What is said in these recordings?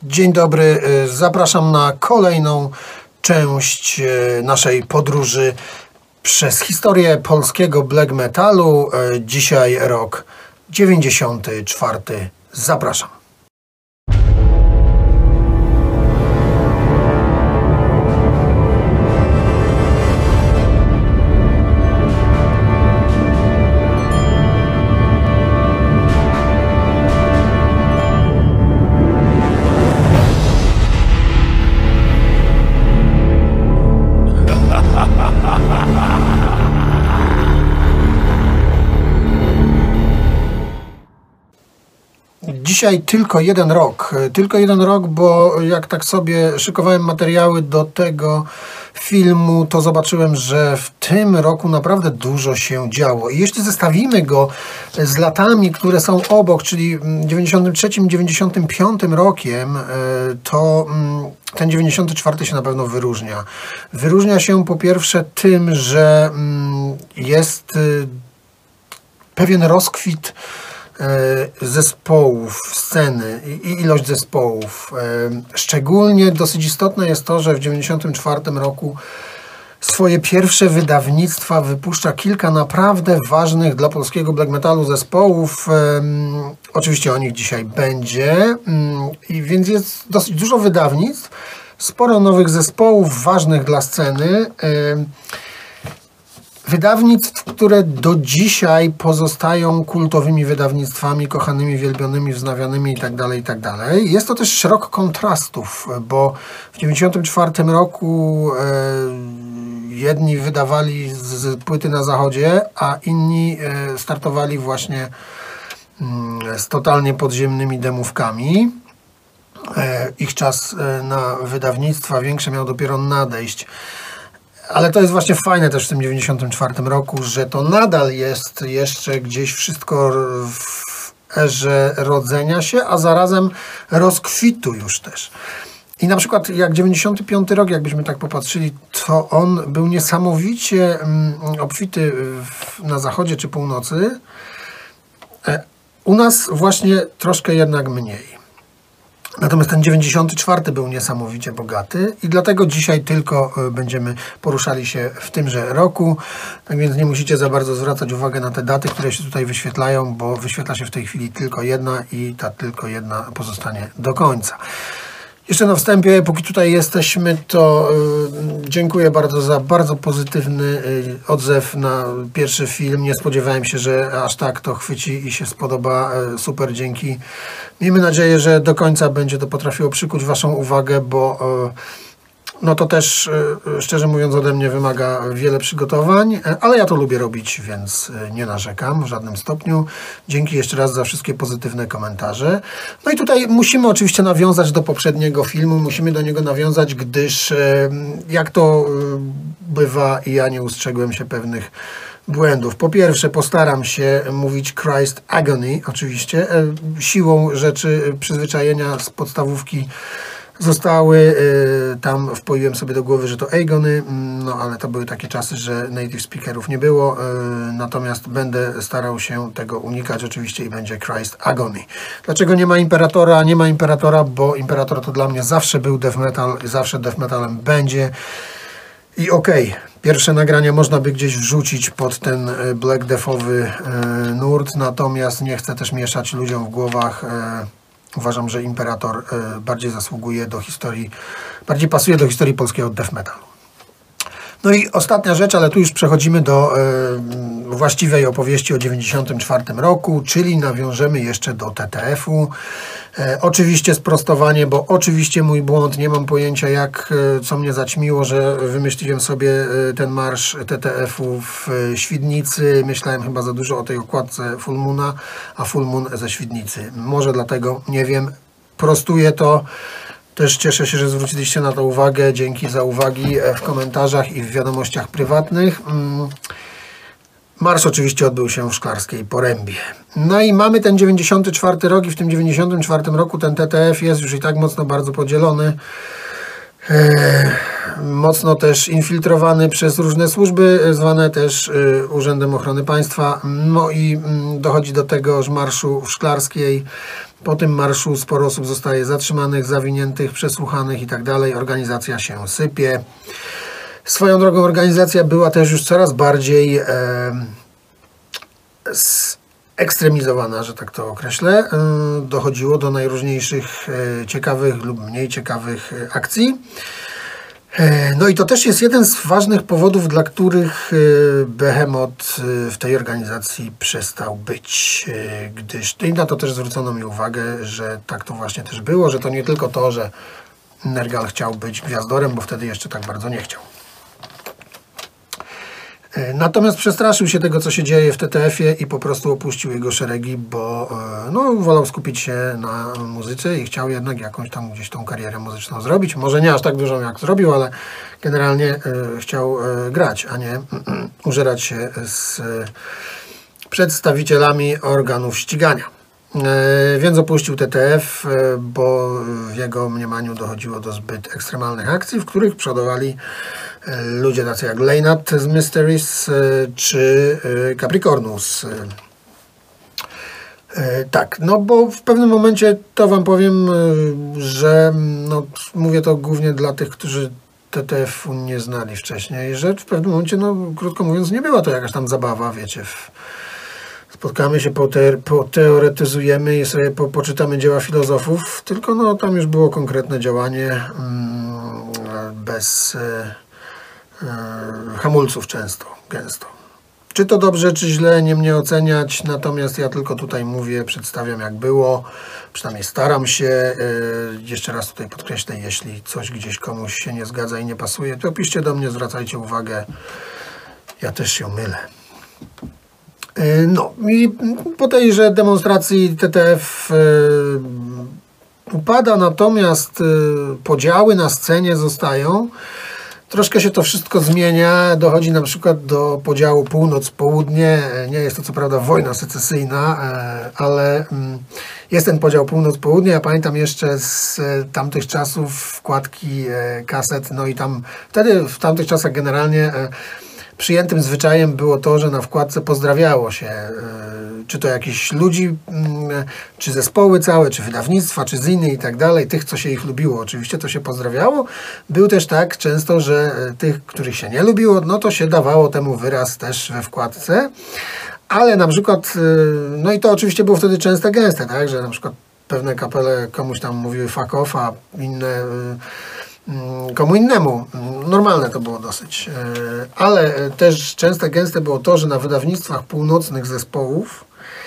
Dzień dobry, zapraszam na kolejną część naszej podróży przez historię polskiego black metalu. Dzisiaj rok 94. Zapraszam. Dzisiaj tylko jeden rok, bo jak tak sobie szykowałem materiały do tego filmu, to zobaczyłem, że w tym roku naprawdę dużo się działo. I jeśli zestawimy go z latami, które są obok, czyli 93 i 95 rokiem, to ten 94 się na pewno wyróżnia. Wyróżnia się po pierwsze tym, że jest pewien rozkwit zespołów, sceny i ilość zespołów. Szczególnie dosyć istotne jest to, że w 1994 roku swoje pierwsze wydawnictwa wypuszcza kilka naprawdę ważnych dla polskiego black metalu zespołów. Oczywiście o nich dzisiaj będzie. Więc jest dosyć dużo wydawnictw, sporo nowych zespołów ważnych dla sceny. Wydawnictw, które do dzisiaj pozostają kultowymi wydawnictwami, kochanymi, wielbionymi, wznawianymi itd., itd. Jest to też rok kontrastów, bo w 1994 roku jedni wydawali z płyty na zachodzie, a inni startowali właśnie z totalnie podziemnymi demówkami. Ich czas na wydawnictwa większe miał dopiero nadejść. Ale to jest właśnie fajne też w tym 94 roku, że to nadal jest jeszcze gdzieś wszystko w erze rodzenia się, a zarazem rozkwitu już też. I na przykład jak 95 rok, jakbyśmy tak popatrzyli, to on był niesamowicie obfity na zachodzie czy północy. U nas właśnie troszkę jednak mniej. Natomiast ten 94 był niesamowicie bogaty i dlatego dzisiaj tylko będziemy poruszali się w tymże roku. Tak więc nie musicie za bardzo zwracać uwagę na te daty, które się tutaj wyświetlają, bo wyświetla się w tej chwili tylko jedna i ta tylko jedna pozostanie do końca. Jeszcze na wstępie, póki tutaj jesteśmy, to dziękuję bardzo za bardzo pozytywny odzew na pierwszy film. Nie spodziewałem się, że aż tak to chwyci i się spodoba. Super, dzięki. Miejmy nadzieję, że do końca będzie to potrafiło przykuć Waszą uwagę, bo no to też, szczerze mówiąc, ode mnie wymaga wiele przygotowań, ale ja to lubię robić, więc nie narzekam w żadnym stopniu. Dzięki jeszcze raz za wszystkie pozytywne komentarze. No i tutaj musimy oczywiście nawiązać do poprzedniego filmu, musimy do niego nawiązać, gdyż jak to bywa, ja nie ustrzegłem się pewnych błędów. Po pierwsze, postaram się mówić Christ Agony, oczywiście. Siłą rzeczy przyzwyczajenia z podstawówki zostały, tam wpoiłem sobie do głowy, że to Agony, no ale to były takie czasy, że native speakerów nie było, natomiast będę starał się tego unikać oczywiście i będzie Christ Agony. Dlaczego nie ma Imperatora? Nie ma Imperatora, bo Imperator to dla mnie zawsze był death metal, zawsze death metalem będzie. I okej, pierwsze nagrania można by gdzieś wrzucić pod ten black deathowy nurt, natomiast nie chcę też mieszać ludziom w głowach. Uważam, że Imperator bardziej zasługuje do historii, bardziej pasuje do historii polskiego death metalu. No i ostatnia rzecz, ale tu już przechodzimy do właściwej opowieści o 94 roku, czyli nawiążemy jeszcze do TTF-u. Oczywiście sprostowanie, bo oczywiście mój błąd, nie mam pojęcia co mnie zaćmiło, że wymyśliłem sobie ten marsz TTF-u w Świdnicy. Myślałem chyba za dużo o tej okładce Full Moona, a Full Moon ze Świdnicy. Może dlatego, nie wiem, prostuję to. Też cieszę się, że zwróciliście na to uwagę. Dzięki za uwagi w komentarzach i w wiadomościach prywatnych. Marsz oczywiście odbył się w Szklarskiej Porębie. No i mamy ten 94 rok i w tym 94 roku ten TTF jest już i tak mocno bardzo podzielony. mocno też infiltrowany przez różne służby, zwane też Urzędem Ochrony Państwa. No i dochodzi do tegoż marszu w Szklarskiej. Po tym marszu sporo osób zostaje zatrzymanych, zawiniętych, przesłuchanych i tak dalej. Organizacja się sypie. Swoją drogą organizacja była też już coraz bardziej ekstremizowana, że tak to określę. Dochodziło do najróżniejszych ciekawych lub mniej ciekawych akcji. No i to też jest jeden z ważnych powodów, dla których Behemoth w tej organizacji przestał być, gdyż i na to też zwrócono mi uwagę, że tak to właśnie też było, że to nie tylko to, że Nergal chciał być gwiazdorem, bo wtedy jeszcze tak bardzo nie chciał. Natomiast przestraszył się tego, co się dzieje w TTF-ie i po prostu opuścił jego szeregi, bo no, wolał skupić się na muzyce i chciał jednak jakąś tam gdzieś tą karierę muzyczną zrobić. Może nie aż tak dużą, jak zrobił, ale generalnie chciał grać, a nie użerać się z przedstawicielami organów ścigania. Więc opuścił TTF, bo w jego mniemaniu dochodziło do zbyt ekstremalnych akcji, w których przodowali ludzie tacy jak Leynard z Mysteries czy Capricornus. Tak, no bo w pewnym momencie to wam powiem, że no, mówię to głównie dla tych, którzy TTF-u nie znali wcześniej, że w pewnym momencie, no krótko mówiąc, nie była to jakaś tam zabawa, wiecie, spotkamy się, poteoretyzujemy i sobie poczytamy dzieła filozofów, tylko no, tam już było konkretne działanie bez hamulców gęsto. Czy to dobrze, czy źle, nie mnie oceniać, natomiast ja tylko tutaj mówię, przedstawiam jak było, przynajmniej staram się. Jeszcze raz tutaj podkreślę, jeśli coś gdzieś komuś się nie zgadza i nie pasuje, to piszcie do mnie, zwracajcie uwagę, ja też się mylę. No i po tejże demonstracji TTF upada, natomiast podziały na scenie zostają. Troszkę się to wszystko zmienia, dochodzi na przykład do podziału północ-południe. Nie jest to co prawda wojna secesyjna, ale jest ten podział północ-południe. Ja pamiętam jeszcze z tamtych czasów wkładki kaset, no i tam wtedy w tamtych czasach generalnie przyjętym zwyczajem było to, że na wkładce pozdrawiało się czy to jakichś ludzi, czy zespoły całe, czy wydawnictwa, czy ziny i tak dalej, tych, co się ich lubiło. Oczywiście to się pozdrawiało. Był też tak często, że tych, których się nie lubiło, no to się dawało temu wyraz też we wkładce. Ale na przykład, no i to oczywiście było wtedy częste, gęste, tak, że na przykład pewne kapele komuś tam mówiły fuck off, a inne komu innemu. Normalne to było dosyć. Ale też częste, gęste było to, że na wydawnictwach północnych zespołów,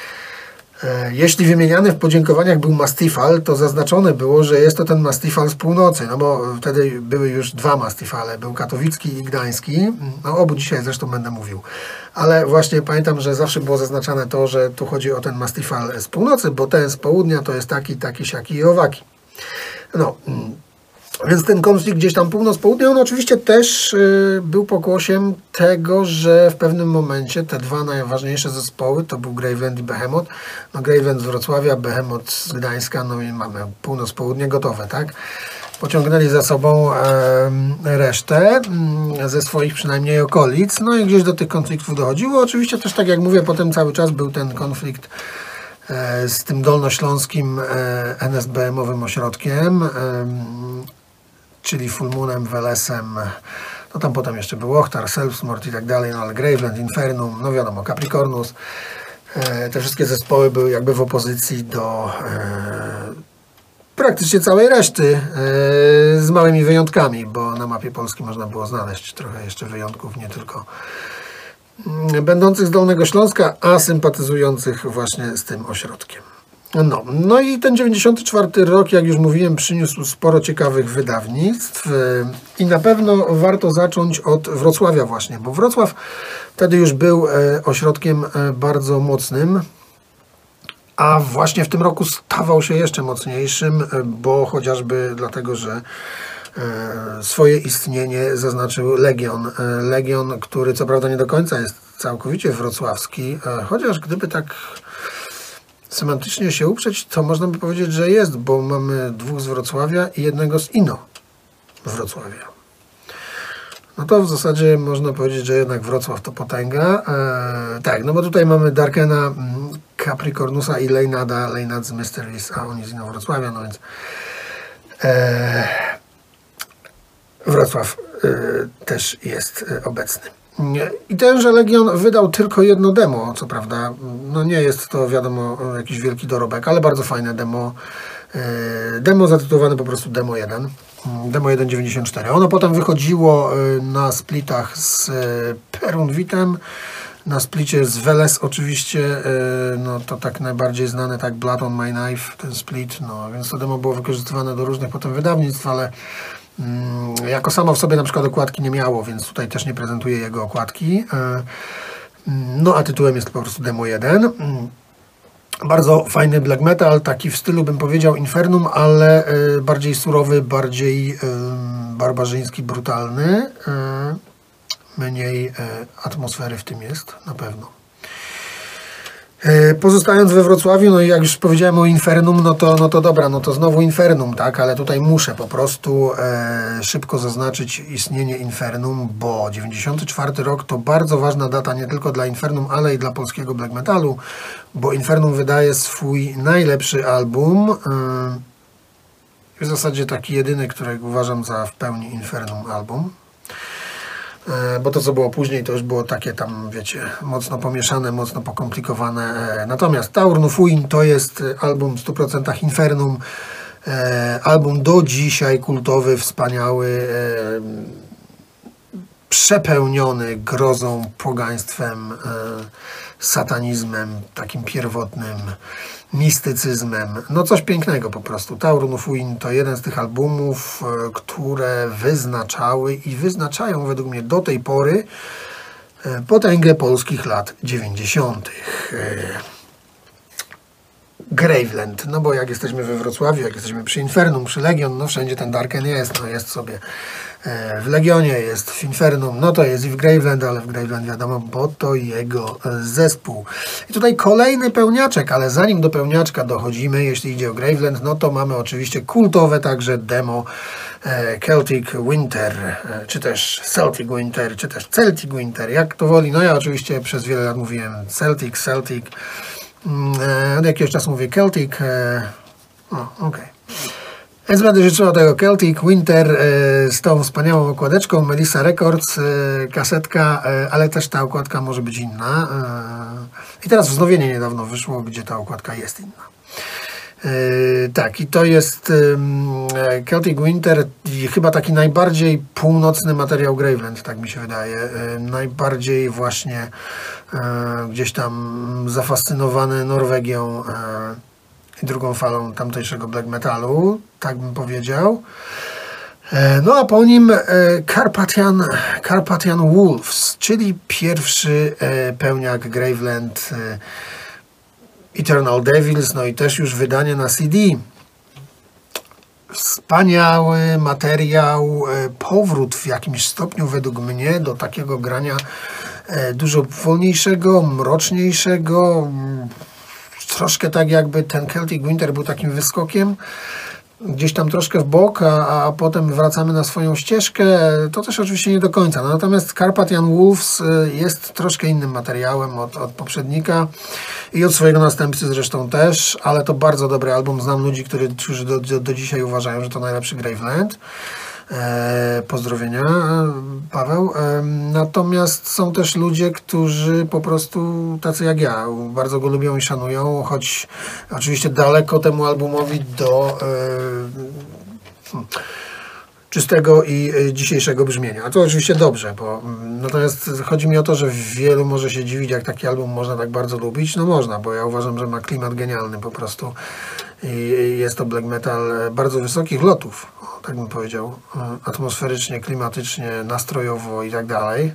jeśli wymieniany w podziękowaniach był Mastifal, to zaznaczone było, że jest to ten Mastifal z północy, no bo wtedy były już dwa Mastifale, był katowicki i gdański, no obu dzisiaj zresztą będę mówił, ale właśnie pamiętam, że zawsze było zaznaczane to, że tu chodzi o ten Mastifal z północy, bo ten z południa to jest taki, siaki i owaki. No, więc ten konflikt gdzieś tam północ-południe, on oczywiście też był pokłosiem tego, że w pewnym momencie te dwa najważniejsze zespoły, to był Gravement i Behemoth. No Gravement z Wrocławia, Behemoth z Gdańska, no i mamy północ-południe gotowe, tak? Pociągnęli za sobą resztę ze swoich przynajmniej okolic, no i gdzieś do tych konfliktów dochodziło. Oczywiście też, tak jak mówię, potem cały czas był ten konflikt z tym dolnośląskim NSBM-owym ośrodkiem, czyli Fulmunem, Welesem, no tam potem jeszcze był Ochtar, Selfsmord i tak dalej, no ale Graveland, Infernum, no wiadomo, Capricornus. Te wszystkie zespoły były jakby w opozycji do praktycznie całej reszty, z małymi wyjątkami, bo na mapie Polski można było znaleźć trochę jeszcze wyjątków, nie tylko będących z Dolnego Śląska, a sympatyzujących właśnie z tym ośrodkiem. No i ten 94 rok, jak już mówiłem, przyniósł sporo ciekawych wydawnictw i na pewno warto zacząć od Wrocławia właśnie, bo Wrocław wtedy już był ośrodkiem bardzo mocnym, a właśnie w tym roku stawał się jeszcze mocniejszym, bo chociażby dlatego, że swoje istnienie zaznaczył Legion. Legion, który co prawda nie do końca jest całkowicie wrocławski, chociaż gdyby tak semantycznie się uprzeć, to można by powiedzieć, że jest, bo mamy dwóch z Wrocławia i jednego z Ino Wrocławia. no to w zasadzie można powiedzieć, że jednak Wrocław to potęga. Tak, no bo tutaj mamy Darkena, Capricornusa i Leynada, Leynad z Mysteries, a on jest z Wrocławia, no więc Wrocław też jest obecny. I tenże Legion wydał tylko jedno demo, co prawda. No nie jest to, wiadomo, jakiś wielki dorobek, ale bardzo fajne demo. Demo zatytułowane po prostu Demo 1. Demo 1.94. Ono potem wychodziło na splitach z Perunvitem, na splicie z Veles oczywiście, no to tak najbardziej znane, tak Blood on My Knife, ten split, no więc to demo było wykorzystywane do różnych potem wydawnictw, ale jako samo w sobie na przykład okładki nie miało, więc tutaj też nie prezentuję jego okładki. No a tytułem jest po prostu Demo 1. Bardzo fajny black metal, taki w stylu bym powiedział Infernum, ale bardziej surowy, bardziej barbarzyński, brutalny. Mniej atmosfery w tym jest, na pewno. Pozostając we Wrocławiu, no i jak już powiedziałem o Infernum, no to dobra, no to znowu Infernum, tak, ale tutaj muszę po prostu szybko zaznaczyć istnienie Infernum, bo 94 rok to bardzo ważna data nie tylko dla Infernum, ale i dla polskiego black metalu, bo Infernum wydaje swój najlepszy album, w zasadzie taki jedyny, którego uważam za w pełni Infernum album. Bo to, co było później, to już było takie tam, wiecie, mocno pomieszane, mocno pokomplikowane. Natomiast Taur Nufuin to jest album w 100% Infernum. Album do dzisiaj kultowy, wspaniały, przepełniony grozą, pogaństwem, satanizmem, takim pierwotnym, mistycyzmem. No coś pięknego po prostu. Taur Nufuin to jeden z tych albumów, które wyznaczały i wyznaczają według mnie do tej pory potęgę polskich lat 90. Graveland, no bo jak jesteśmy we Wrocławiu, jak jesteśmy przy Infernum, przy Legion, no wszędzie ten Darken jest, no jest sobie w Legionie, jest w Infernum, no to jest i w Graveland, ale w Graveland wiadomo, bo to jego zespół. I tutaj kolejny pełniaczek, ale zanim do pełniaczka dochodzimy, jeśli idzie o Graveland, no to mamy oczywiście kultowe także demo Celtic Winter, czy też Celtic Winter, czy też Celtic Winter, jak to woli. No ja oczywiście przez wiele lat mówiłem Celtic. Od jakiegoś czasu mówię Celtic. Okej. Więc będę życzył tego Celtic Winter z tą wspaniałą okładeczką, Melissa Records, kasetka, ale też ta okładka może być inna. I teraz wznowienie niedawno wyszło, gdzie ta okładka jest inna. Tak, i to jest Celtic Winter, chyba taki najbardziej północny materiał Graveland, tak mi się wydaje. Najbardziej właśnie gdzieś tam zafascynowany Norwegią i drugą falą tamtejszego black metalu, tak bym powiedział. No a po nim Carpathian Wolves, czyli pierwszy pełniak Graveland, Eternal Devils, no i też już wydanie na CD. Wspaniały materiał, powrót w jakimś stopniu według mnie do takiego grania dużo wolniejszego, mroczniejszego, troszkę tak jakby ten Celtic Winter był takim wyskokiem, gdzieś tam troszkę w bok, a potem wracamy na swoją ścieżkę, to też oczywiście nie do końca. No, natomiast Carpathian Wolves jest troszkę innym materiałem od poprzednika i od swojego następcy zresztą też, ale to bardzo dobry album. Znam ludzi, którzy do dzisiaj uważają, że to najlepszy Graveland. Pozdrowienia, Paweł. Natomiast są też ludzie, którzy po prostu tacy jak ja, bardzo go lubią i szanują, choć oczywiście daleko temu albumowi do czystego i dzisiejszego brzmienia. A to oczywiście dobrze, bo natomiast chodzi mi o to, że wielu może się dziwić, jak taki album można tak bardzo lubić. No można, bo ja uważam, że ma klimat genialny po prostu. I jest to black metal bardzo wysokich lotów, tak bym powiedział, atmosferycznie, klimatycznie, nastrojowo i tak dalej.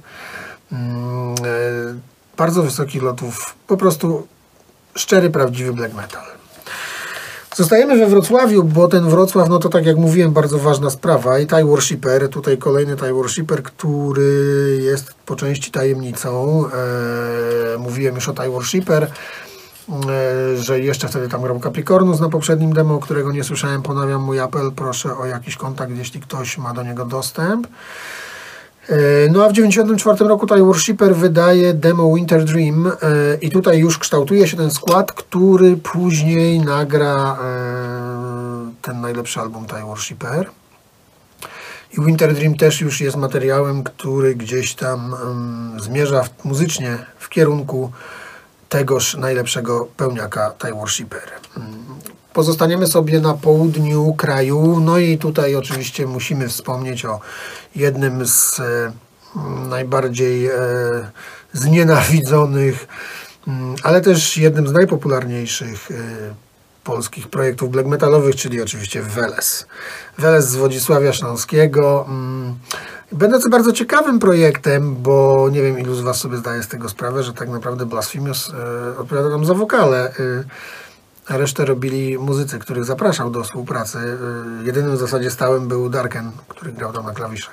Bardzo wysokich lotów, po prostu szczery, prawdziwy black metal. Zostajemy we Wrocławiu, bo ten Wrocław, no to tak jak mówiłem, bardzo ważna sprawa i TIE Worshipper, tutaj kolejny TIE Worshipper, który jest po części tajemnicą. Mówiłem już o TIE Worshipper, że jeszcze wtedy tam grał Capricornus na poprzednim demo, którego nie słyszałem. Ponawiam mój apel, proszę o jakiś kontakt, jeśli ktoś ma do niego dostęp. No a w 1994 roku Ty Worshipper wydaje demo Winter Dream i tutaj już kształtuje się ten skład, który później nagra ten najlepszy album Ty Worshipper. I Winter Dream też już jest materiałem, który gdzieś tam zmierza muzycznie w kierunku tegoż najlepszego pełniaka Ty Worshipper. Pozostaniemy sobie na południu kraju, no i tutaj oczywiście musimy wspomnieć o jednym z najbardziej znienawidzonych, ale też jednym z najpopularniejszych polskich projektów black metalowych, czyli oczywiście Welez. Welez z Wodzisławia Śląskiego. Będący bardzo ciekawym projektem, bo nie wiem, ilu z Was sobie zdaje z tego sprawę, że tak naprawdę Blasphemous odpowiada nam za wokale. A resztę robili muzycy, których zapraszał do współpracy. Jedynym w zasadzie stałym był Darken, który grał tam na klawiszach.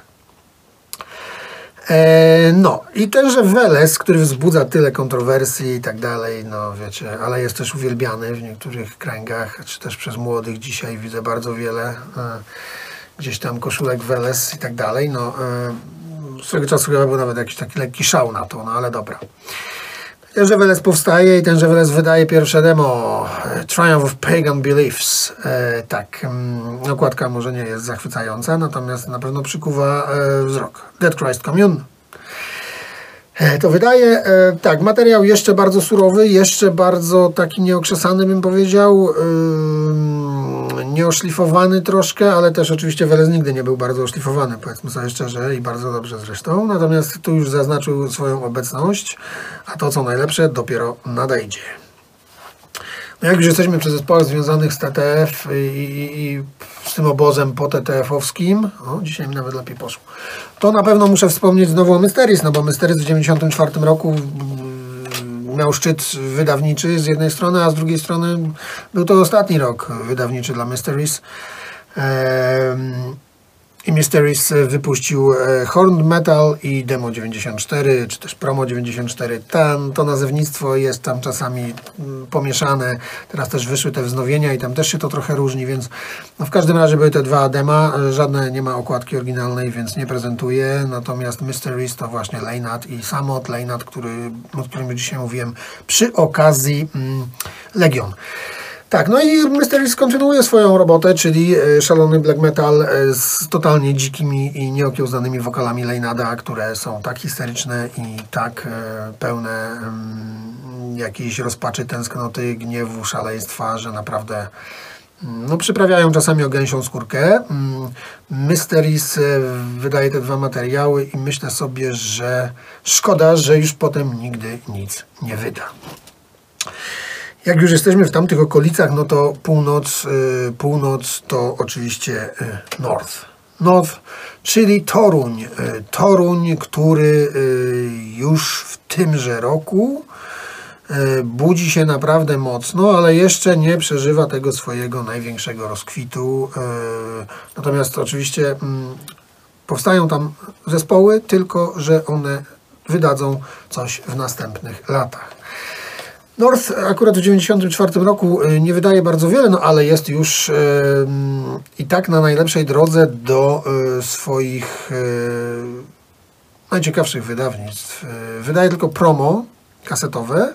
No i tenże Welez, który wzbudza tyle kontrowersji i tak dalej, no wiecie, ale jest też uwielbiany w niektórych kręgach, czy też przez młodych dzisiaj widzę bardzo wiele gdzieś tam koszulek Welez i tak dalej, no swego czasu chyba był nawet jakiś taki lekki szał na to, no ale dobra. Tenże Welez powstaje i tenże Welez wydaje pierwsze demo Triumph of Pagan Beliefs. Tak, okładka może nie jest zachwycająca, natomiast na pewno przykuwa wzrok. Dead Christ Commune. To wydaje, tak, materiał jeszcze bardzo surowy, jeszcze bardzo taki nieokrzesany, bym powiedział, nieoszlifowany troszkę, ale też oczywiście Welez nigdy nie był bardzo oszlifowany, powiedzmy sobie szczerze, i bardzo dobrze zresztą. Natomiast tu już zaznaczył swoją obecność, a to co najlepsze dopiero nadejdzie. No jak już jesteśmy przy zespołach związanych z TTF i z tym obozem po-TTF-owskim, dzisiaj mi nawet lepiej poszło, to na pewno muszę wspomnieć znowu o Mysteries, no bo Mysteries w 1994 roku miał szczyt wydawniczy z jednej strony, a z drugiej strony był to ostatni rok wydawniczy dla Mysteries. I Mysteries wypuścił Horned Metal i Demo 94, czy też Promo 94. To nazewnictwo jest tam czasami pomieszane. Teraz też wyszły te wznowienia i tam też się to trochę różni, więc no w każdym razie były te dwa dema. Żadne nie ma okładki oryginalnej, więc nie prezentuję. Natomiast Mysteries to właśnie Leinat i Samot. Leinat, o którym dzisiaj mówiłem przy okazji Legion. Tak, no i Mysteries kontynuuje swoją robotę, czyli szalony black metal z totalnie dzikimi i nieokiełznanymi wokalami Leinada, które są tak histeryczne i tak pełne jakiejś rozpaczy, tęsknoty, gniewu, szaleństwa, że naprawdę no, przyprawiają czasami o gęsią skórkę. Mysteries wydaje te dwa materiały i myślę sobie, że szkoda, że już potem nigdy nic nie wyda. Jak już jesteśmy w tamtych okolicach, no to północ to oczywiście North, czyli Toruń. Toruń, który już w tymże roku budzi się naprawdę mocno, ale jeszcze nie przeżywa tego swojego największego rozkwitu. Natomiast oczywiście powstają tam zespoły, tylko że one wydadzą coś w następnych latach. North akurat w 1994 roku nie wydaje bardzo wiele, no ale jest już i tak na najlepszej drodze do swoich najciekawszych wydawnictw. Wydaje tylko promo kasetowe.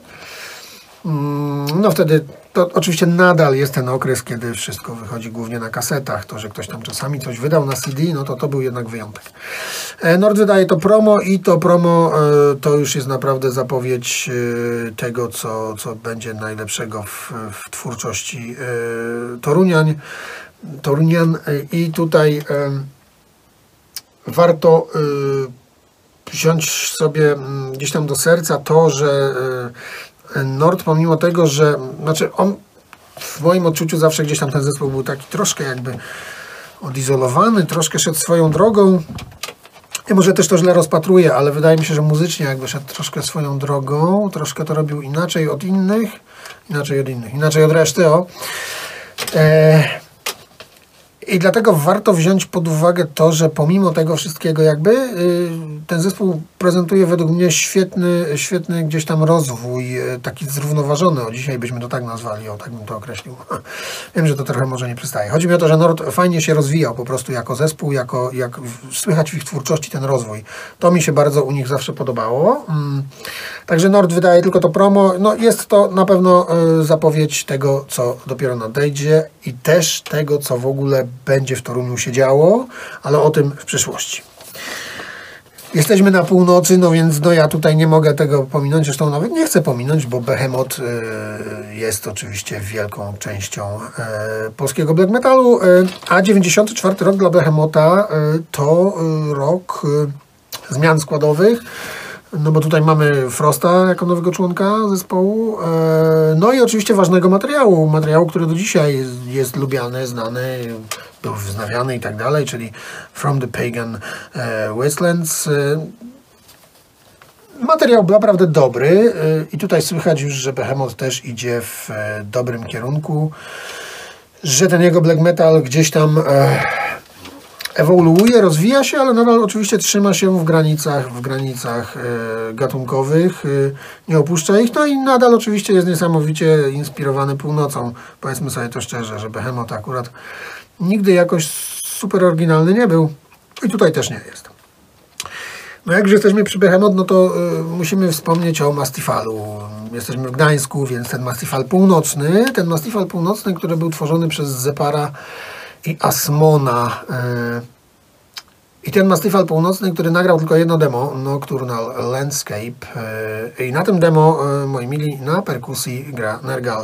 No wtedy to oczywiście nadal jest ten okres, kiedy wszystko wychodzi głównie na kasetach. To, że ktoś tam czasami coś wydał na CD, no to był jednak wyjątek. Nord wydaje to promo i to promo to już jest naprawdę zapowiedź tego, co będzie najlepszego w twórczości Torunian. I tutaj warto wziąć sobie gdzieś tam do serca to, że Nord, pomimo tego, że znaczy on w moim odczuciu zawsze gdzieś tam ten zespół był taki troszkę jakby odizolowany, troszkę szedł swoją drogą. Ja może też to źle rozpatruję, ale wydaje mi się, że muzycznie jakby szedł troszkę swoją drogą, troszkę to robił inaczej od innych, inaczej od reszty, I dlatego warto wziąć pod uwagę to, że pomimo tego wszystkiego jakby ten zespół prezentuje według mnie świetny gdzieś tam rozwój, taki zrównoważony, o dzisiaj byśmy to tak nazwali, o tak bym to określił. Wiem, że to trochę może nie przystaje. Chodzi mi o to, że Nord fajnie się rozwijał po prostu jako zespół, jak słychać w ich twórczości ten rozwój. To mi się bardzo u nich zawsze podobało. Także Nord wydaje tylko to promo. No jest to na pewno zapowiedź tego, co dopiero nadejdzie i też tego, co w ogóle będzie w Toruniu się działo, ale o tym w przyszłości. Jesteśmy na północy, no więc no ja tutaj nie mogę tego pominąć, zresztą nawet nie chcę pominąć, bo Behemoth jest oczywiście wielką częścią polskiego black metalu, a 94 rok dla Behemotha to rok zmian składowych. No bo tutaj mamy Frosta jako nowego członka zespołu, no i oczywiście ważnego materiału, który do dzisiaj jest lubiany, znany, był wznawiany i tak dalej, czyli From the Pagan Wastelands. Materiał naprawdę dobry i tutaj słychać już, że Behemoth też idzie w dobrym kierunku, że ten jego black metal gdzieś tam ewoluuje, rozwija się, ale nadal oczywiście trzyma się w granicach gatunkowych, nie opuszcza ich, no i nadal oczywiście jest niesamowicie inspirowany północą. Powiedzmy sobie to szczerze, że Behemoth akurat nigdy jakoś super oryginalny nie był i tutaj też nie jest. No jak już jesteśmy przy Behemoth, no to musimy wspomnieć o Mastifalu. Jesteśmy w Gdańsku, więc ten Mastifal północny, który był tworzony przez Zepara i Asmona. I ten Mastifal północny, który nagrał tylko jedno demo, Nocturnal Landscape. I na tym demo, moi mili, na perkusji gra Nergal.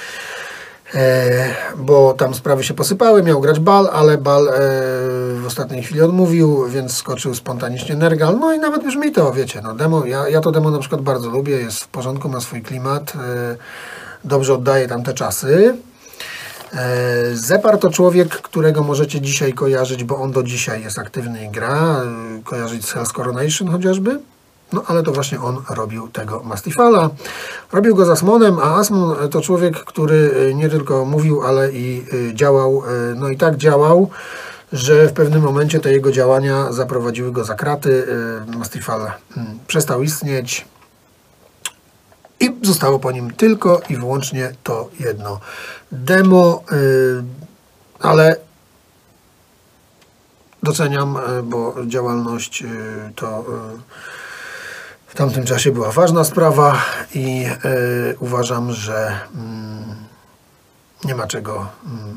Bo tam sprawy się posypały, miał grać Bal, ale Bal w ostatniej chwili odmówił, więc skoczył spontanicznie Nergal. No i nawet brzmi to, wiecie, no demo, ja to demo na przykład bardzo lubię, jest w porządku, ma swój klimat, dobrze oddaje tamte czasy. Zepar to człowiek, którego możecie dzisiaj kojarzyć, bo on do dzisiaj jest aktywny i gra, kojarzyć z Hell's Coronation chociażby. No ale to właśnie on robił tego Mastifala. Robił go z Asmonem, a Asmon to człowiek, który nie tylko mówił, ale i działał. No i tak działał, że w pewnym momencie te jego działania zaprowadziły go za kraty. Mastifal przestał istnieć i zostało po nim tylko i wyłącznie to jedno demo, ale doceniam, bo działalność to w tamtym czasie była ważna sprawa i uważam, że nie ma czego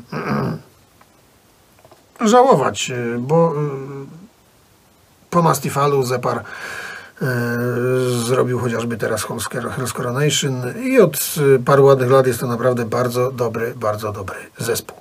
żałować, bo po Mastifalu Zepar zrobił chociażby teraz Hell's Coronation i od paru ładnych lat jest to naprawdę bardzo dobry zespół.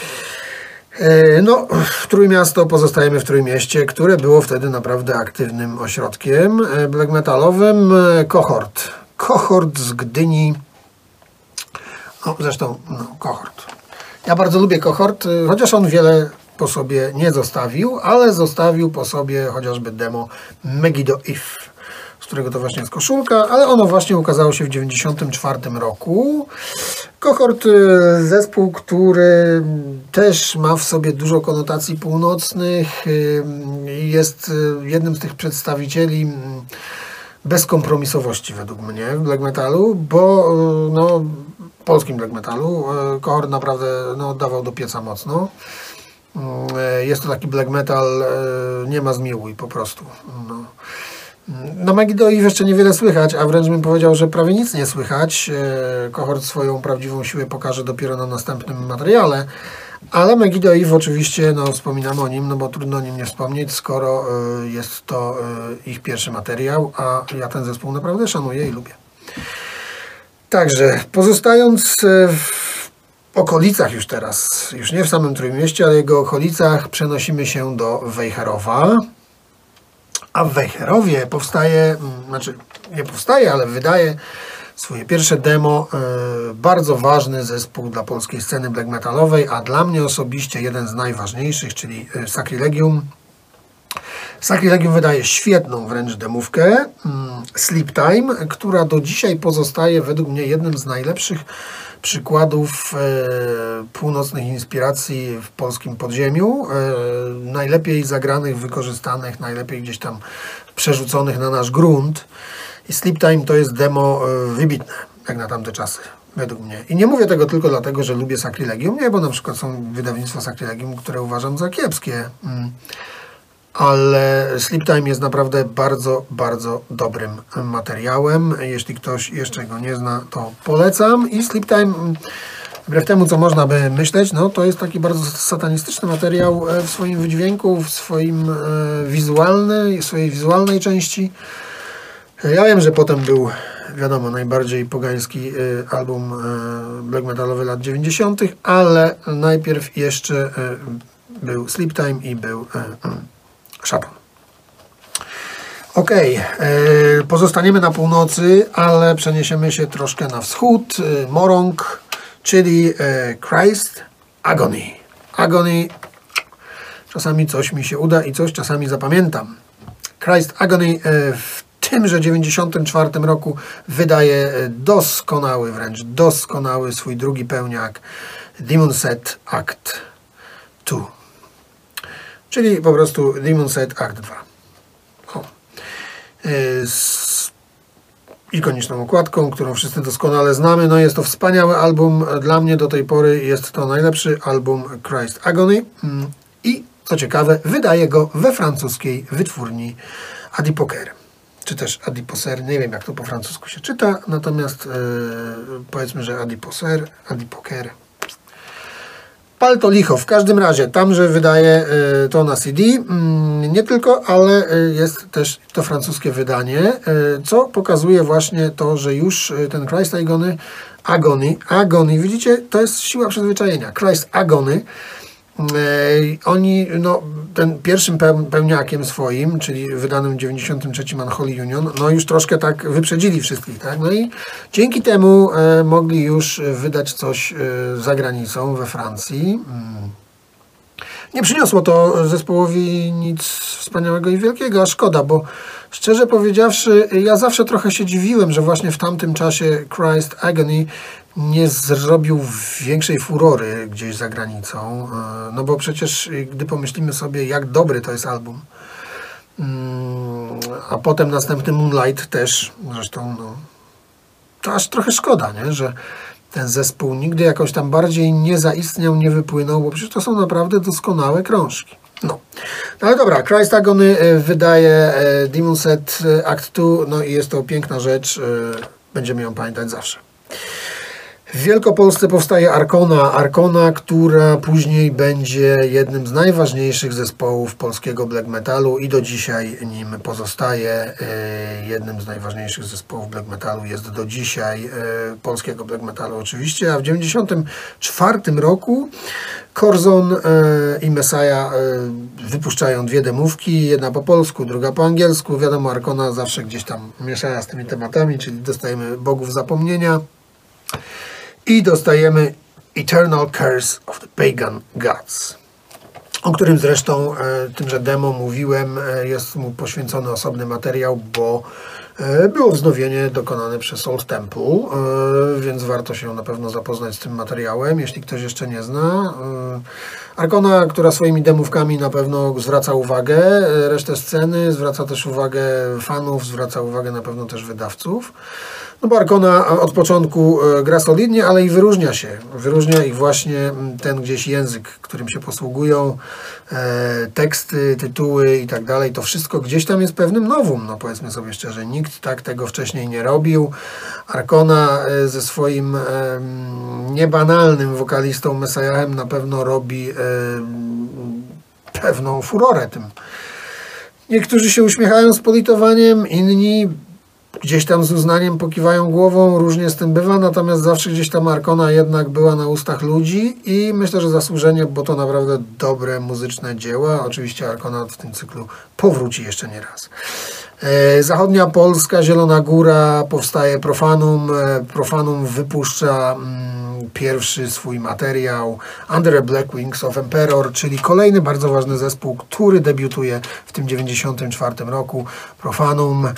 No, Trójmiasto, pozostajemy w Trójmieście, które było wtedy naprawdę aktywnym ośrodkiem black metalowym. Cohort z Gdyni. No, zresztą, Cohort. Ja bardzo lubię Cohort, chociaż on wiele po sobie nie zostawił, ale zostawił po sobie chociażby demo Megiddo If, z którego to właśnie jest koszulka, ale ono właśnie ukazało się w 1994 roku. Cohort, zespół, który też ma w sobie dużo konotacji północnych, jest jednym z tych przedstawicieli bezkompromisowości według mnie w black metalu, bo polskim black metalu Cohort naprawdę oddawał do pieca mocno. Jest to taki black metal, nie ma zmiłuj po prostu. Na Megiddo If jeszcze niewiele słychać, a wręcz bym powiedział, że prawie nic nie słychać. Cohort swoją prawdziwą siłę pokaże dopiero na następnym materiale. Ale Megiddo If oczywiście, wspominamy o nim, bo trudno o nim nie wspomnieć, skoro jest to ich pierwszy materiał, a ja ten zespół naprawdę szanuję i lubię. Także pozostając w okolicach już teraz, już nie w samym Trójmieście, ale jego okolicach, przenosimy się do Wejherowa. A w Wejherowie ale wydaje swoje pierwsze demo bardzo ważny zespół dla polskiej sceny black metalowej, a dla mnie osobiście jeden z najważniejszych, czyli Sacrilegium. Sacrilegium wydaje świetną wręcz demówkę Sleep Time, która do dzisiaj pozostaje według mnie jednym z najlepszych przykładów północnych inspiracji w polskim podziemiu, najlepiej zagranych, wykorzystanych, najlepiej gdzieś tam przerzuconych na nasz grunt. I Sleep Time to jest demo wybitne, jak na tamte czasy, według mnie. I nie mówię tego tylko dlatego, że lubię Sacrilegium, nie, bo na przykład są wydawnictwa Sacrilegium, które uważam za kiepskie. Ale Sleep Time jest naprawdę bardzo, bardzo dobrym materiałem. Jeśli ktoś jeszcze go nie zna, to polecam. I Sleep Time, wbrew temu, co można by myśleć, no to jest taki bardzo satanistyczny materiał w swoim wydźwięku, w swoim swojej wizualnej części. Ja wiem, że potem był, wiadomo, najbardziej pogański album black metalowy lat 90., ale najpierw jeszcze był Sleep Time i był Szatan. Ok, pozostaniemy na północy, ale przeniesiemy się troszkę na wschód. Morong, czyli Christ Agony. Agony, czasami coś mi się uda i coś czasami zapamiętam. Christ Agony w tymże 94 roku wydaje doskonały swój drugi pełniak Demon Set Act 2. Czyli po prostu Demon Set Act 2. Z ikoniczną okładką, którą wszyscy doskonale znamy. No jest to wspaniały album. Dla mnie do tej pory jest to najlepszy album Christ Agony. I co ciekawe, wydaje go we francuskiej wytwórni Adipoker. Czy też Adiposer, nie wiem jak to po francusku się czyta, natomiast powiedzmy, że Adipoker. Pal to licho. W każdym razie, tamże wydaje to na CD. Nie tylko, ale jest też to francuskie wydanie, co pokazuje właśnie to, że już ten Christ Agony, widzicie, to jest siła przyzwyczajenia. Christ Agony. Oni, no, ten pierwszym pełniakiem swoim, czyli wydanym w 93 Unholy Union, no już troszkę tak wyprzedzili wszystkich, tak? No i dzięki temu mogli już wydać coś za granicą, we Francji. Nie przyniosło to zespołowi nic wspaniałego i wielkiego, a szkoda, bo szczerze powiedziawszy, ja zawsze trochę się dziwiłem, że właśnie w tamtym czasie Christ Agony nie zrobił większej furory gdzieś za granicą, no bo przecież gdy pomyślimy sobie, jak dobry to jest album, a potem następny Moonlight też, zresztą, no, to aż trochę szkoda, nie? Że ten zespół nigdy jakoś tam bardziej nie zaistniał, nie wypłynął, bo przecież to są naprawdę doskonałe krążki. No ale dobra, Christ Agony wydaje Demon Set Act 2, no i jest to piękna rzecz, będziemy ją pamiętać zawsze. W Wielkopolsce powstaje Arkona, która później będzie jednym z najważniejszych zespołów polskiego black metalu i do dzisiaj nim pozostaje. Jednym z najważniejszych zespołów black metalu jest do dzisiaj polskiego black metalu oczywiście, a w 1994 roku Corzon i Messiah wypuszczają dwie demówki, jedna po polsku, druga po angielsku. Wiadomo, Arkona zawsze gdzieś tam miesza z tymi tematami, czyli dostajemy Bogów Zapomnienia. I dostajemy Eternal Curse of the Pagan Gods, o którym zresztą tymże demo mówiłem, jest mu poświęcony osobny materiał, bo było wznowienie dokonane przez Old Temple, więc warto się na pewno zapoznać z tym materiałem, jeśli ktoś jeszcze nie zna. Arkona, która swoimi demówkami na pewno zwraca uwagę, resztę sceny, zwraca też uwagę fanów, zwraca uwagę na pewno też wydawców. No bo Arkona od początku gra solidnie, ale i wyróżnia się. Wyróżnia ich właśnie ten gdzieś język, którym się posługują, teksty, tytuły i tak dalej. To wszystko gdzieś tam jest pewnym nowum, no powiedzmy sobie szczerze. Nikt tak tego wcześniej nie robił. Arkona ze swoim niebanalnym wokalistą Messiahem na pewno robi pewną furorę tym. Niektórzy się uśmiechają z politowaniem, inni gdzieś tam z uznaniem pokiwają głową, różnie z tym bywa, natomiast zawsze gdzieś tam Arkona jednak była na ustach ludzi i myślę, że zasłużenie, bo to naprawdę dobre muzyczne dzieła. Oczywiście Arkona w tym cyklu powróci jeszcze nie raz. Zachodnia Polska, Zielona Góra, powstaje Profanum. Profanum wypuszcza pierwszy swój materiał Under the Black Wings of Emperor, czyli kolejny bardzo ważny zespół, który debiutuje w tym 1994 roku. Profanum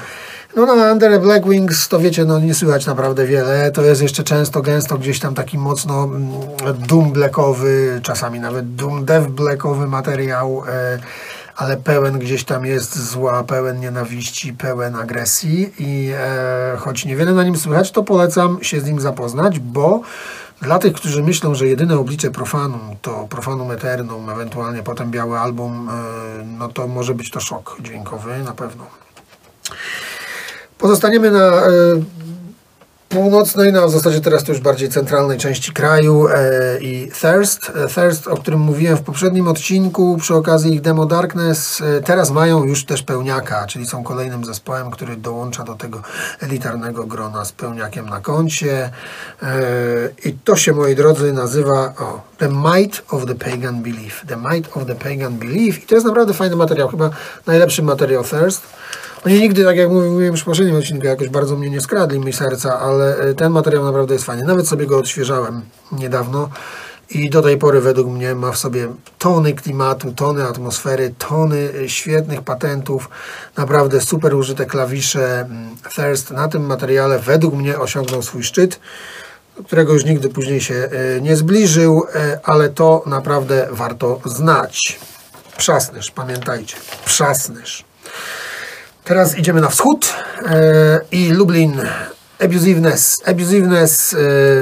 No na Under the Black Wings to wiecie, no nie słychać naprawdę wiele. To jest jeszcze często, gęsto gdzieś tam taki mocno doom blackowy, czasami nawet doom death blackowy materiał, ale pełen gdzieś tam jest zła, pełen nienawiści, pełen agresji i choć niewiele na nim słychać, to polecam się z nim zapoznać, bo dla tych, którzy myślą, że jedyne oblicze Profanum to Profanum Eternum, ewentualnie potem biały album, no to może być to szok dźwiękowy na pewno. Pozostaniemy na północnej, no w zasadzie teraz to już bardziej centralnej części kraju i Thirst. Thirst, o którym mówiłem w poprzednim odcinku przy okazji ich demo Darkness, teraz mają już też pełniaka, czyli są kolejnym zespołem, który dołącza do tego elitarnego grona z pełniakiem na koncie i to się, moi drodzy, nazywa The Might of the Pagan Belief. The Might of the Pagan Belief i to jest naprawdę fajny materiał, chyba najlepszy materiał Thirst. Oni nigdy, tak jak mówiłem już w poprzednim odcinku, jakoś bardzo mnie nie skradli mi serca, ale ten materiał naprawdę jest fajny. Nawet sobie go odświeżałem niedawno i do tej pory według mnie ma w sobie tony klimatu, tony atmosfery, tony świetnych patentów, naprawdę super użyte klawisze. Thirst na tym materiale według mnie osiągnął swój szczyt, do którego już nigdy później się nie zbliżył, ale to naprawdę warto znać. Przasnysz, pamiętajcie, przasnysz. Teraz idziemy na wschód i Lublin, Abusiveness,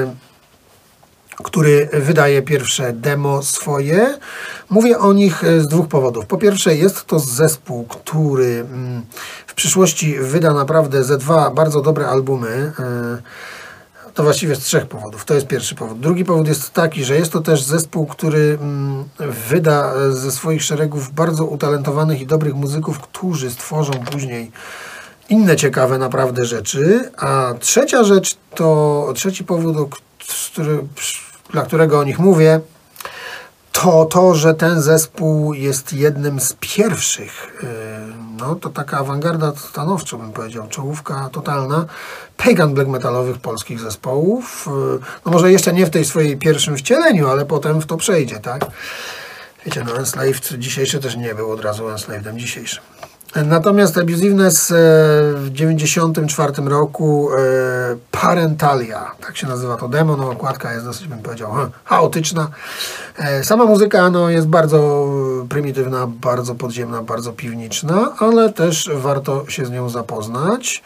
który wydaje pierwsze demo swoje. Mówię o nich z dwóch powodów. Po pierwsze, jest to zespół, który w przyszłości wyda naprawdę ze dwa bardzo dobre albumy. To właściwie z trzech powodów. To jest pierwszy powód. Drugi powód jest taki, że jest to też zespół, który wyda ze swoich szeregów bardzo utalentowanych i dobrych muzyków, którzy stworzą później inne ciekawe naprawdę rzeczy. A trzecia rzecz, trzeci powód, dla którego o nich mówię, to, że ten zespół jest jednym z pierwszych, no to taka awangarda stanowczo bym powiedział, czołówka totalna pagan black metalowych polskich zespołów. No może jeszcze nie w tej swojej pierwszym wcieleniu, ale potem w to przejdzie, tak? Wiecie, no Enslaved dzisiejszy też nie był od razu Enslaved dzisiejszym. Natomiast Abusiveness w 1994 roku Parentalia, tak się nazywa to demo, no okładka jest dosyć, bym powiedział, chaotyczna. Sama muzyka no, jest bardzo prymitywna, bardzo podziemna, bardzo piwniczna, ale też warto się z nią zapoznać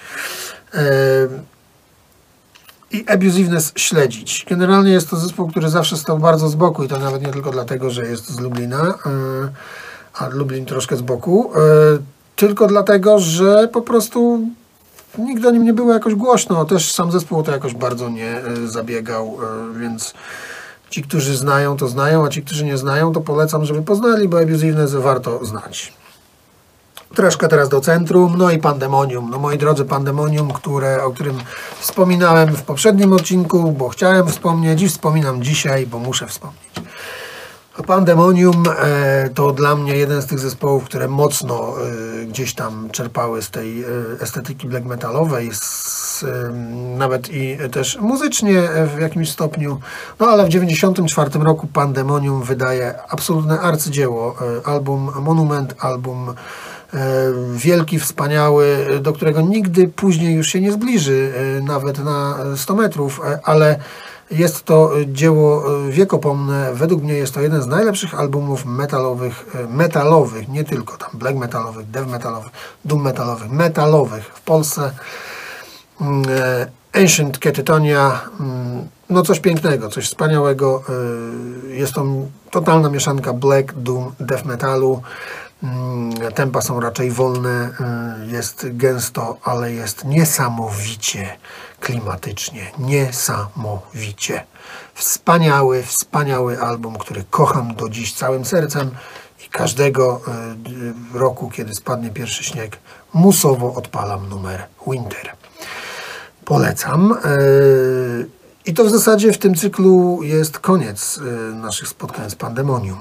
i Abusiveness śledzić. Generalnie jest to zespół, który zawsze stał bardzo z boku i to nawet nie tylko dlatego, że jest z Lublina, a Lublin troszkę z boku, tylko dlatego, że po prostu nigdy o nim nie było jakoś głośno. Też sam zespół to jakoś bardzo nie zabiegał, więc ci, którzy znają, to znają, a ci, którzy nie znają, to polecam, żeby poznali, bo Abusiveness warto znać. Troszkę teraz do centrum, no i Pandemonium. No moi drodzy, Pandemonium, o którym wspominałem w poprzednim odcinku, bo chciałem wspomnieć i wspominam dzisiaj, bo muszę wspomnieć. Pandemonium to dla mnie jeden z tych zespołów, które mocno gdzieś tam czerpały z tej estetyki black metalowej, nawet i też muzycznie w jakimś stopniu. No ale w 1994 roku Pandemonium wydaje absolutne arcydzieło, album Monument, album wielki, wspaniały, do którego nigdy później już się nie zbliży, nawet na 100 metrów, ale jest to dzieło wiekopomne. Według mnie jest to jeden z najlepszych albumów metalowych, nie tylko tam black metalowych, death metalowych, doom metalowych, metalowych w Polsce. Ancient Catatonia, no coś pięknego, coś wspaniałego. Jest to totalna mieszanka black, doom, death metalu. Tempa są raczej wolne, jest gęsto, ale jest niesamowicie klimatycznie, niesamowicie. Wspaniały album, który kocham do dziś całym sercem i każdego roku, kiedy spadnie pierwszy śnieg, musowo odpalam numer Winter. Polecam. I to w zasadzie w tym cyklu jest koniec naszych spotkań z Pandemonium.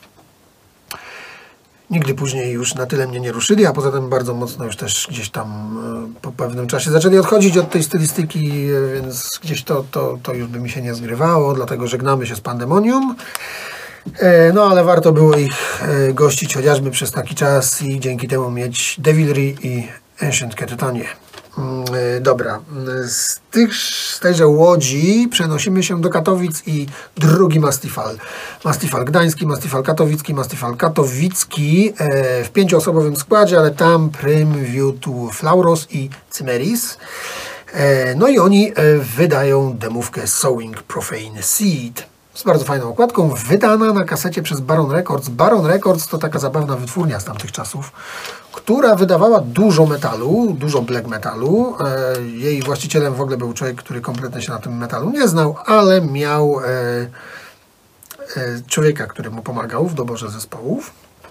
Nigdy później już na tyle mnie nie ruszyli, a poza tym bardzo mocno już też gdzieś tam po pewnym czasie zaczęli odchodzić od tej stylistyki, więc gdzieś to już by mi się nie zgrywało, dlatego żegnamy się z Pandemonium. No ale warto było ich gościć chociażby przez taki czas i dzięki temu mieć Devilry i Ancient Catatonia. Dobra, z tejże łodzi przenosimy się do Katowic i drugi Mastifal. Mastifal gdański, Mastifal katowicki, Mastifal katowicki w 5-osobowym składzie, ale tam prym wiódł Flauros i Cymeris. No i oni wydają demówkę Sowing Profane Seed z bardzo fajną okładką, wydana na kasecie przez Baron Records. Baron Records to taka zabawna wytwórnia z tamtych czasów, która wydawała dużo metalu, dużo black metalu. Jej właścicielem w ogóle był człowiek, który kompletnie się na tym metalu nie znał, ale miał człowieka, który mu pomagał w doborze zespołów,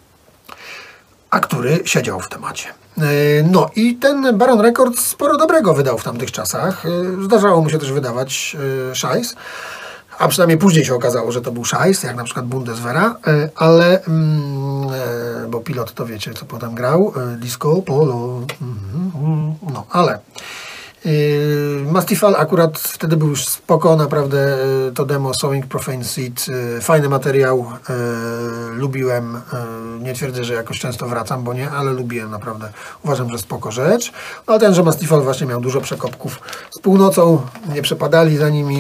a który siedział w temacie. No i ten Baron Records sporo dobrego wydał w tamtych czasach. Zdarzało mu się też wydawać szajs, a przynajmniej później się okazało, że to był szajs, jak na przykład Bundeswehra, ale bo Pilot to wiecie, co potem grał, Disco Polo, no ale Mastifal akurat wtedy był już spoko, naprawdę to demo Sowing Profane Seed, fajny materiał, lubiłem, nie twierdzę, że jakoś często wracam, bo nie, ale lubiłem naprawdę, uważam, że spoko rzecz. No tenże Mastifal właśnie miał dużo przekopków z północą, nie przepadali za nimi,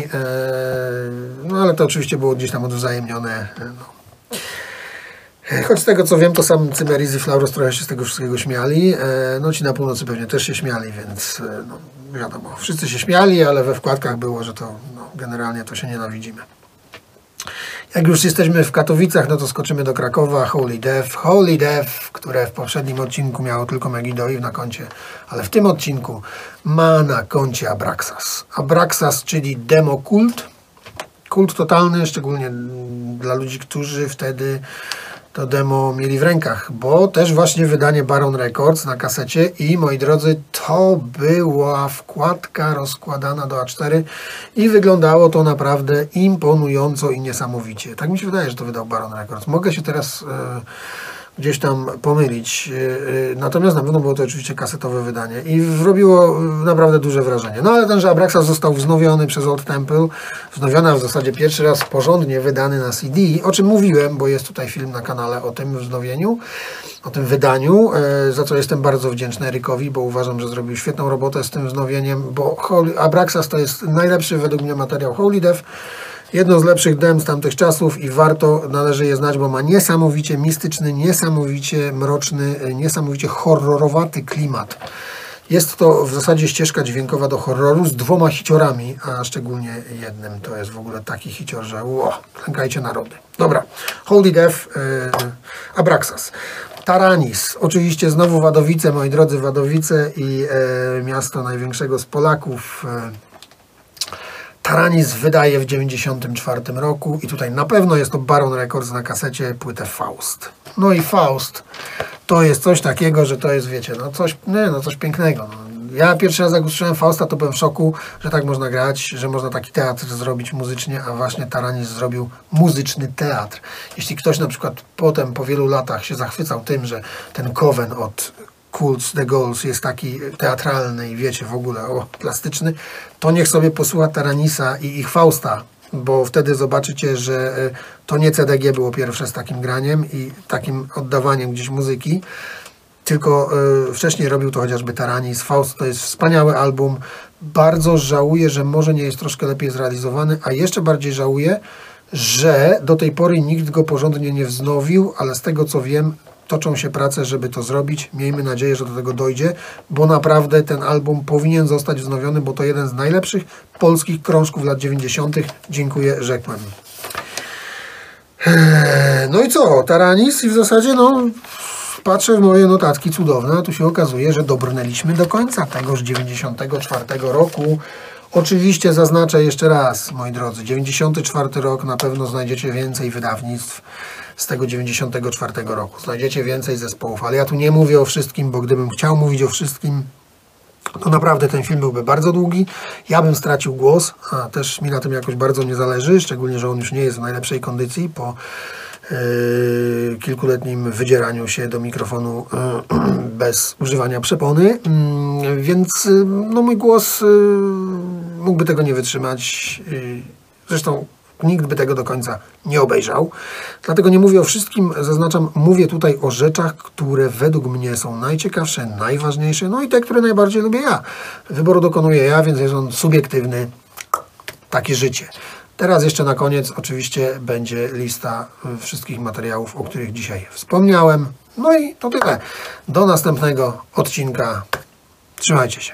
no ale to oczywiście było gdzieś tam odwzajemnione, no. Choć z tego co wiem, to sam Cymeris i Flauros trochę się z tego wszystkiego śmiali. No ci na północy pewnie też się śmiali, więc no, wiadomo, wszyscy się śmiali, ale we wkładkach było, że to no, generalnie to się nienawidzimy. Jak już jesteśmy w Katowicach, no to skoczymy do Krakowa, Holy Death. Holy Death, które w poprzednim odcinku miało tylko Megiddo na koncie, ale w tym odcinku ma na koncie Abraxas. Abraxas, czyli demo kult. Kult totalny, szczególnie dla ludzi, którzy wtedy to demo mieli w rękach, bo też właśnie wydanie Baron Records na kasecie i moi drodzy, to była wkładka rozkładana do A4 i wyglądało to naprawdę imponująco i niesamowicie. Tak mi się wydaje, że to wydał Baron Records. Mogę się teraz gdzieś tam pomylić, natomiast na pewno było to oczywiście kasetowe wydanie i zrobiło naprawdę duże wrażenie. No ale tenże Abraxas został wznowiony przez Old Temple, wznowiona w zasadzie pierwszy raz porządnie wydany na CD, o czym mówiłem, bo jest tutaj film na kanale o tym wznowieniu, o tym wydaniu, za co jestem bardzo wdzięczny Erykowi, bo uważam, że zrobił świetną robotę z tym wznowieniem, bo Abraxas to jest najlepszy według mnie materiał Holy Death, jedno z lepszych dem z tamtych czasów i warto, należy je znać, bo ma niesamowicie mistyczny, niesamowicie mroczny, niesamowicie horrorowaty klimat. Jest to w zasadzie ścieżka dźwiękowa do horroru z 2 hiciorami, a szczególnie jednym. To jest w ogóle taki hicior, że klękajcie narody. Dobra, Holy Death, Abraxas. Taranis, oczywiście znowu Wadowice, moi drodzy, Wadowice i miasto największego z Polaków. Taranis wydaje w 1994 roku i tutaj na pewno jest to Baron Records na kasecie płytę Faust. No i Faust to jest coś takiego, że to jest, wiecie, coś pięknego. No. Ja pierwszy raz jak usłyszałem Fausta, to byłem w szoku, że tak można grać, że można taki teatr zrobić muzycznie, a właśnie Taranis zrobił muzyczny teatr. Jeśli ktoś na przykład potem po wielu latach się zachwycał tym, że ten Coven od Cults the Gauls jest taki teatralny i wiecie, w ogóle plastyczny, to niech sobie posłucha Taranisa i ich Fausta, bo wtedy zobaczycie, że to nie CDG było pierwsze z takim graniem i takim oddawaniem gdzieś muzyki, tylko wcześniej robił to chociażby Taranis. Faust to jest wspaniały album. Bardzo żałuję, że może nie jest troszkę lepiej zrealizowany, a jeszcze bardziej żałuję, że do tej pory nikt go porządnie nie wznowił, ale z tego co wiem, toczą się prace, żeby to zrobić. Miejmy nadzieję, że do tego dojdzie, bo naprawdę ten album powinien zostać wznowiony, bo to jeden z najlepszych polskich krążków lat 90. Dziękuję, rzekłem. No i co? Taranis i w zasadzie patrzę w moje notatki cudowne, a tu się okazuje, że dobrnęliśmy do końca tegoż 94 roku. Oczywiście zaznaczę jeszcze raz, moi drodzy, 94 rok, na pewno znajdziecie więcej wydawnictw z tego 94 roku. Znajdziecie więcej zespołów, ale ja tu nie mówię o wszystkim, bo gdybym chciał mówić o wszystkim, to naprawdę ten film byłby bardzo długi. Ja bym stracił głos, a też mi na tym jakoś bardzo nie zależy, szczególnie, że on już nie jest w najlepszej kondycji po kilkuletnim wydzieraniu się do mikrofonu bez używania przepony, więc mój głos mógłby tego nie wytrzymać. Zresztą nikt by tego do końca nie obejrzał. Dlatego nie mówię o wszystkim, zaznaczam, mówię tutaj o rzeczach, które według mnie są najciekawsze, najważniejsze, no i te, które najbardziej lubię ja. Wyboru dokonuję ja, więc jest on subiektywny. Takie życie. Teraz jeszcze na koniec oczywiście będzie lista wszystkich materiałów, o których dzisiaj wspomniałem. No i to tyle. Do następnego odcinka. Trzymajcie się.